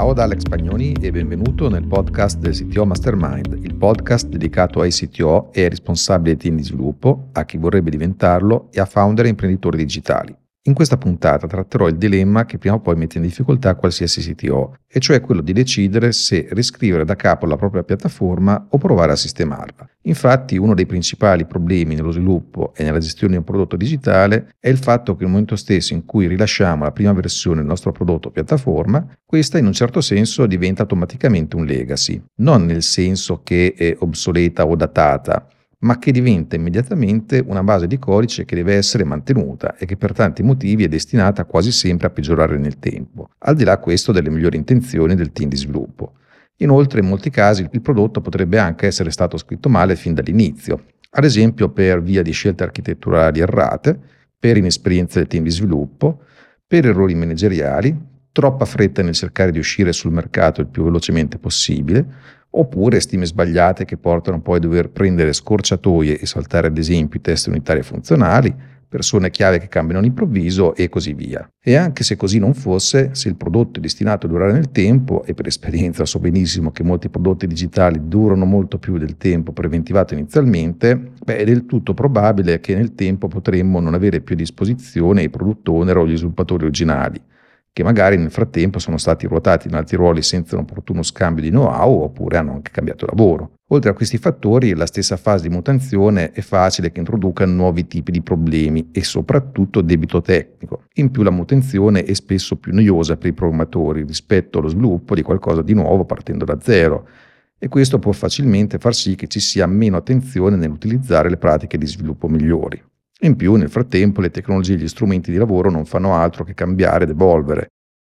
Ciao da Alex Pagnoni e benvenuto nel podcast del CTO Mastermind, il podcast dedicato ai CTO e ai responsabili dei team di sviluppo, a chi vorrebbe diventarlo e a founder e imprenditori digitali. In questa puntata tratterò il dilemma che prima o poi mette in difficoltà qualsiasi CTO, e cioè quello di decidere se riscrivere da capo la propria piattaforma o provare a sistemarla. Infatti, uno dei principali problemi nello sviluppo e nella gestione di un prodotto digitale è il fatto che nel momento stesso in cui rilasciamo la prima versione del nostro prodotto o piattaforma, questa in un certo senso diventa automaticamente un legacy, non nel senso che è obsoleta o datata, ma che diventa immediatamente una base di codice che deve essere mantenuta e che per tanti motivi è destinata quasi sempre a peggiorare nel tempo, al di là questo delle migliori intenzioni del team di sviluppo. Inoltre, in molti casi il prodotto potrebbe anche essere stato scritto male fin dall'inizio, ad esempio per via di scelte architetturali errate, per inesperienza del team di sviluppo, per errori manageriali, troppa fretta nel cercare di uscire sul mercato il più velocemente possibile, oppure stime sbagliate che portano poi a dover prendere scorciatoie e saltare ad esempio i test unitari funzionali, persone chiave che cambiano all'improvviso e così via. E anche se così non fosse, se il prodotto è destinato a durare nel tempo, e per esperienza so benissimo che molti prodotti digitali durano molto più del tempo preventivato inizialmente, è del tutto probabile che nel tempo potremmo non avere più a disposizione i product owner o gli sviluppatori originali, che magari nel frattempo sono stati ruotati in altri ruoli senza un opportuno scambio di know-how oppure hanno anche cambiato lavoro. Oltre a questi fattori, la stessa fase di mutazione è facile che introduca nuovi tipi di problemi e soprattutto debito tecnico. In più la manutenzione è spesso più noiosa per i programmatori rispetto allo sviluppo di qualcosa di nuovo partendo da zero, e questo può facilmente far sì che ci sia meno attenzione nell'utilizzare le pratiche di sviluppo migliori. In più, nel frattempo, le tecnologie e gli strumenti di lavoro non fanno altro che cambiare ed evolvere,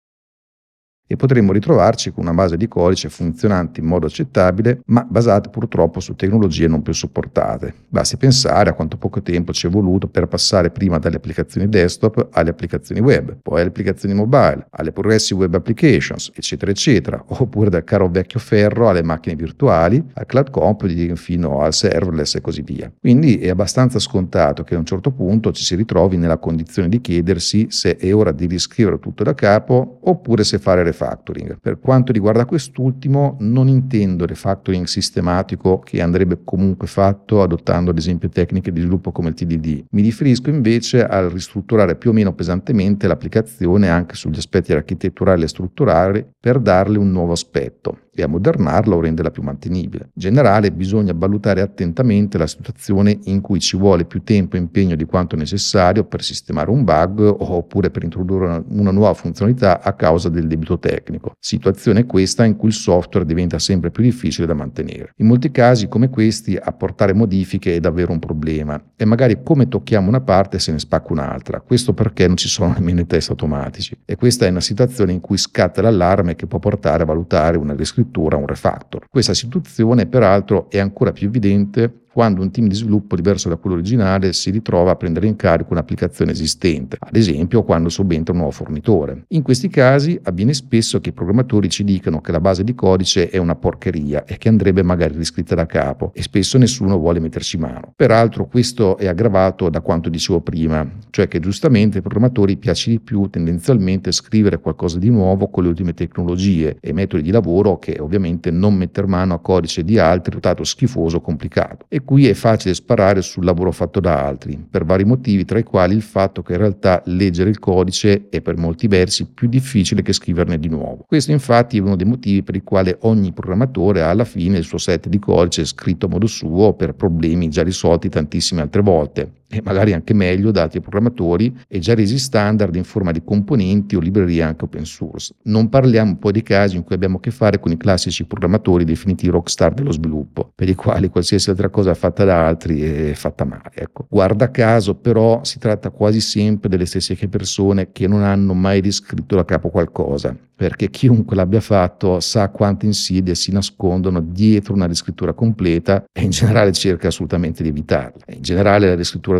e potremmo ritrovarci con una base di codice funzionante in modo accettabile, ma basata purtroppo su tecnologie non più supportate. Basti pensare a quanto poco tempo ci è voluto per passare prima dalle applicazioni desktop alle applicazioni web, poi alle applicazioni mobile, alle progressive web applications, eccetera, eccetera, oppure dal caro vecchio ferro alle macchine virtuali, al cloud computing fino al serverless e così via. Quindi è abbastanza scontato che a un certo punto ci si ritrovi nella condizione di chiedersi se è ora di riscrivere tutto da capo oppure se fare refactoring. Per quanto riguarda quest'ultimo, non intendo refactoring sistematico che andrebbe comunque fatto adottando ad esempio tecniche di sviluppo come il TDD. Mi riferisco invece al ristrutturare più o meno pesantemente l'applicazione anche sugli aspetti architetturali e strutturali per darle un nuovo aspetto e a modernarla o renderla più mantenibile. In generale bisogna valutare attentamente la situazione in cui ci vuole più tempo e impegno di quanto necessario per sistemare un bug oppure per introdurre una nuova funzionalità a causa del debito tecnico. Situazione questa in cui il software diventa sempre più difficile da mantenere. In molti casi come questi apportare modifiche è davvero un problema e magari come tocchiamo una parte se ne spacca un'altra. Questo perché non ci sono nemmeno i test automatici, e questa è una situazione in cui scatta l'allarme che può portare a valutare una riscrittura, un refactor. Questa situazione peraltro è ancora più evidente quando un team di sviluppo diverso da quello originale si ritrova a prendere in carico un'applicazione esistente, ad esempio quando subentra un nuovo fornitore. In questi casi avviene spesso che i programmatori ci dicano che la base di codice è una porcheria e che andrebbe magari riscritta da capo, e spesso nessuno vuole metterci mano. Peraltro questo è aggravato da quanto dicevo prima, cioè che giustamente ai programmatori piace di più tendenzialmente scrivere qualcosa di nuovo con le ultime tecnologie e metodi di lavoro che ovviamente non metter mano a codice di altri reputato schifoso o complicato. E qui è facile sparare sul lavoro fatto da altri, per vari motivi, tra i quali il fatto che in realtà leggere il codice è per molti versi più difficile che scriverne di nuovo. Questo infatti è uno dei motivi per i quali ogni programmatore ha alla fine il suo set di codice scritto a modo suo per problemi già risolti tantissime altre volte, e magari anche meglio da altri programmatori e già resi standard in forma di componenti o librerie anche open source. Non parliamo poi dei casi in cui abbiamo a che fare con i classici programmatori definiti rockstar dello sviluppo, per i quali qualsiasi altra cosa fatta da altri è fatta male. Ecco. Guarda caso però si tratta quasi sempre delle stesse persone che non hanno mai riscritto da capo qualcosa, perché chiunque l'abbia fatto sa quante insidie si nascondono dietro una riscrittura completa e in generale cerca assolutamente di evitarla. In generale la riscrittura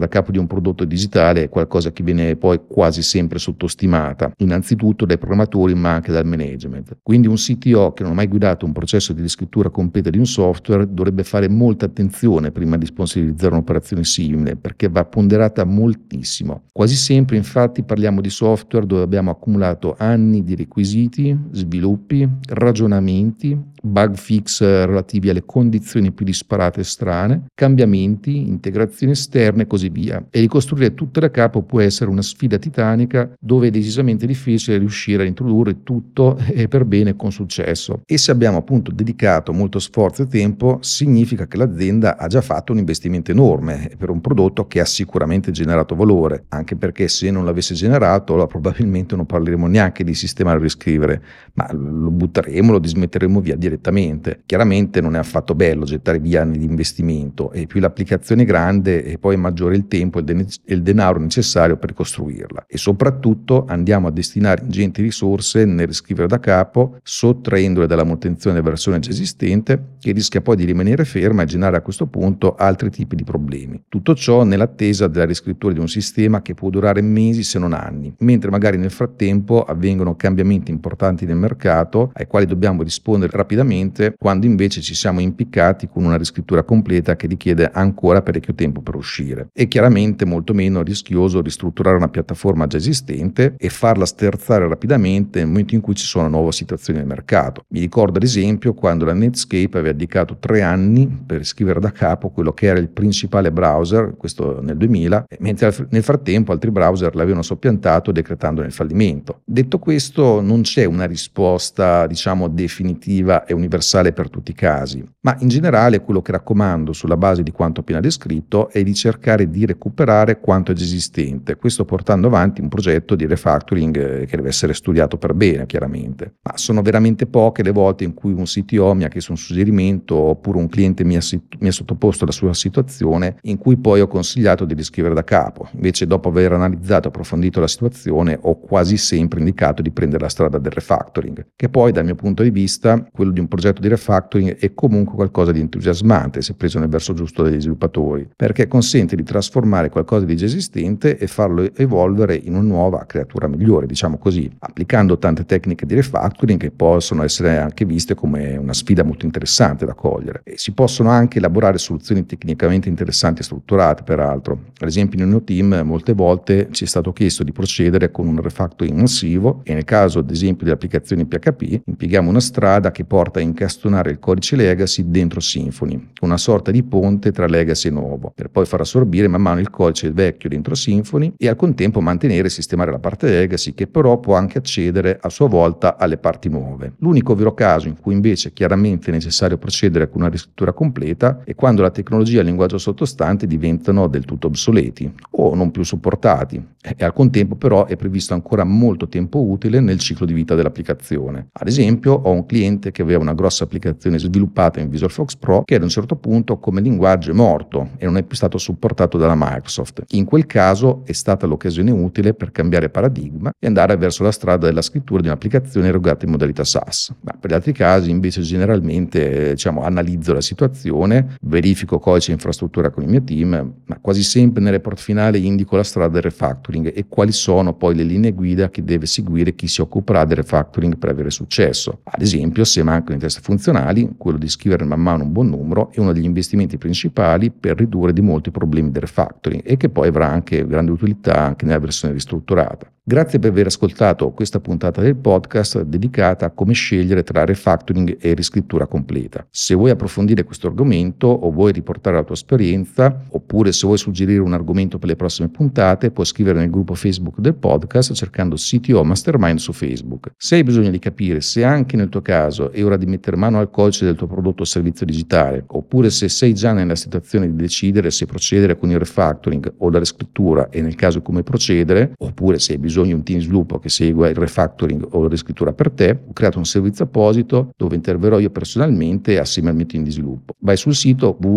da capo di un prodotto digitale è qualcosa che viene poi quasi sempre sottostimata, innanzitutto dai programmatori ma anche dal management. Quindi un CTO che non ha mai guidato un processo di riscrittura completa di un software dovrebbe fare molta attenzione prima di sponsorizzare un'operazione simile, perché va ponderata moltissimo. Quasi sempre infatti parliamo di software dove abbiamo accumulato anni di requisiti, sviluppi, ragionamenti, bug fix relativi alle condizioni più disparate e strane, cambiamenti, integrazioni esterne e così via. E ricostruire tutto da capo può essere una sfida titanica dove è decisamente difficile riuscire a introdurre tutto e per bene e con successo. E se abbiamo appunto dedicato molto sforzo e tempo, significa che l'azienda ha già fatto un investimento enorme per un prodotto che ha sicuramente generato valore, anche perché se non l'avesse generato, allora probabilmente non parleremo neanche di sistemare o riscrivere, ma lo butteremo, lo dismetteremo via direttamente. Chiaramente non è affatto bello gettare via anni di investimento, e più l'applicazione è grande e poi maggiore il tempo e il denaro necessario per costruirla, e soprattutto andiamo a destinare ingenti risorse nel riscrivere da capo, sottraendole dalla manutenzione della versione già esistente, che rischia poi di rimanere ferma e generare a questo punto altri tipi di problemi. Tutto ciò nell'attesa della riscrittura di un sistema che può durare mesi se non anni, mentre magari nel frattempo avvengono cambiamenti importanti nel mercato ai quali dobbiamo rispondere rapidamente, quando invece ci siamo impiccati con una riscrittura completa che richiede ancora parecchio tempo per uscire. È chiaramente molto meno rischioso ristrutturare una piattaforma già esistente e farla sterzare rapidamente nel momento in cui ci sono nuove situazioni nel mercato. Mi ricordo ad esempio quando la Netscape aveva dedicato 3 anni per scrivere da capo quello che era il principale browser, questo nel 2000, mentre nel frattempo altri browser l'avevano soppiantato decretandone il fallimento. Detto questo, non c'è una risposta, definitiva e universale per tutti i casi, ma in generale quello che raccomando sulla base di quanto appena descritto è di cercare di recuperare quanto è già esistente, questo portando avanti un progetto di refactoring che deve essere studiato per bene, chiaramente. Ma sono veramente poche le volte in cui un CTO mi ha chiesto un suggerimento oppure un cliente mi ha sottoposto la sua situazione in cui poi ho consigliato di riscrivere da capo. Invece, dopo aver analizzato e approfondito la situazione, ho quasi sempre indicato di prendere la strada del refactoring, che poi dal mio punto di vista quello di un progetto di refactoring è comunque qualcosa di entusiasmante se preso nel verso giusto dagli sviluppatori, perché consente di trasformare qualcosa di già esistente e farlo evolvere in una nuova creatura migliore, diciamo così, applicando tante tecniche di refactoring che possono essere anche viste come una sfida molto interessante da cogliere. E si possono anche elaborare soluzioni tecnicamente interessanti e strutturate, peraltro. Ad esempio nel mio team molte volte ci è stato chiesto di procedere con un refactoring massivo e nel caso ad esempio delle applicazioni PHP impieghiamo una strada che porta a incastonare il codice legacy dentro Symfony, una sorta di ponte tra legacy e nuovo, per poi far assorbire man mano il codice vecchio dentro Symfony e al contempo mantenere e sistemare la parte legacy, che però può anche accedere a sua volta alle parti nuove. L'unico vero caso in cui invece chiaramente è necessario procedere con una riscrittura completa è quando la tecnologia e il linguaggio sottostante diventano del tutto obsoleti o non più supportati, e al contempo però è previsto ancora molto tempo utile nel ciclo di vita dell'applicazione. Ad esempio ho un cliente che aveva una grossa applicazione sviluppata in VisualFox Pro che ad un certo punto come linguaggio è morto e non è più stato supportato dalla Microsoft. In quel caso è stata l'occasione utile per cambiare paradigma e andare verso la strada della scrittura di un'applicazione erogata in modalità SaaS. Ma per gli altri casi invece generalmente analizzo la situazione, verifico codice e infrastruttura con il mio team, ma quasi sempre nel report finale indico la strada del refactoring e quali sono poi le linee guida che deve seguire chi si occuperà del refactoring per avere successo. Ad esempio, se mancano i test funzionali, quello di scrivere man mano un buon numero è uno degli investimenti principali per ridurre di molto i problemi del refactoring e che poi avrà anche grande utilità anche nella versione ristrutturata. Grazie per aver ascoltato questa puntata del podcast dedicata a come scegliere tra refactoring e riscrittura completa. Se vuoi approfondire questo argomento o vuoi riportare la tua esperienza, oppure se vuoi suggerire un argomento per le prossime puntate, puoi scrivere nel gruppo Facebook del podcast cercando CTO Mastermind su Facebook. Se hai bisogno di capire se anche nel tuo caso è ora di mettere mano al codice del tuo prodotto o servizio digitale, oppure se sei già nella situazione di decidere se procedere con il refactoring o la riscrittura e nel caso come procedere, oppure se hai bisogno di un team sviluppo che segua il refactoring o la riscrittura per te, ho creato un servizio apposito dove interverrò io personalmente assieme al mio team di sviluppo. Vai sul sito www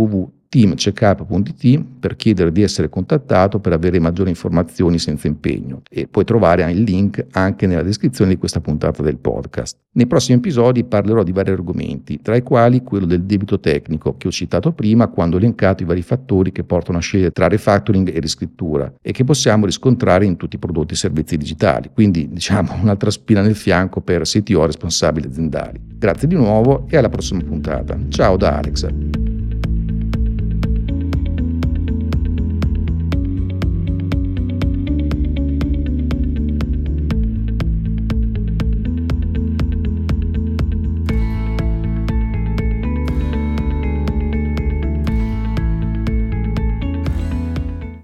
team.checkup.it per chiedere di essere contattato per avere maggiori informazioni senza impegno, e puoi trovare il link anche nella descrizione di questa puntata del podcast. Nei prossimi episodi parlerò di vari argomenti, tra i quali quello del debito tecnico che ho citato prima quando ho elencato i vari fattori che portano a scegliere tra refactoring e riscrittura e che possiamo riscontrare in tutti i prodotti e servizi digitali, quindi un'altra spina nel fianco per CTO responsabili aziendali. Grazie di nuovo e alla prossima puntata. Ciao da Alex.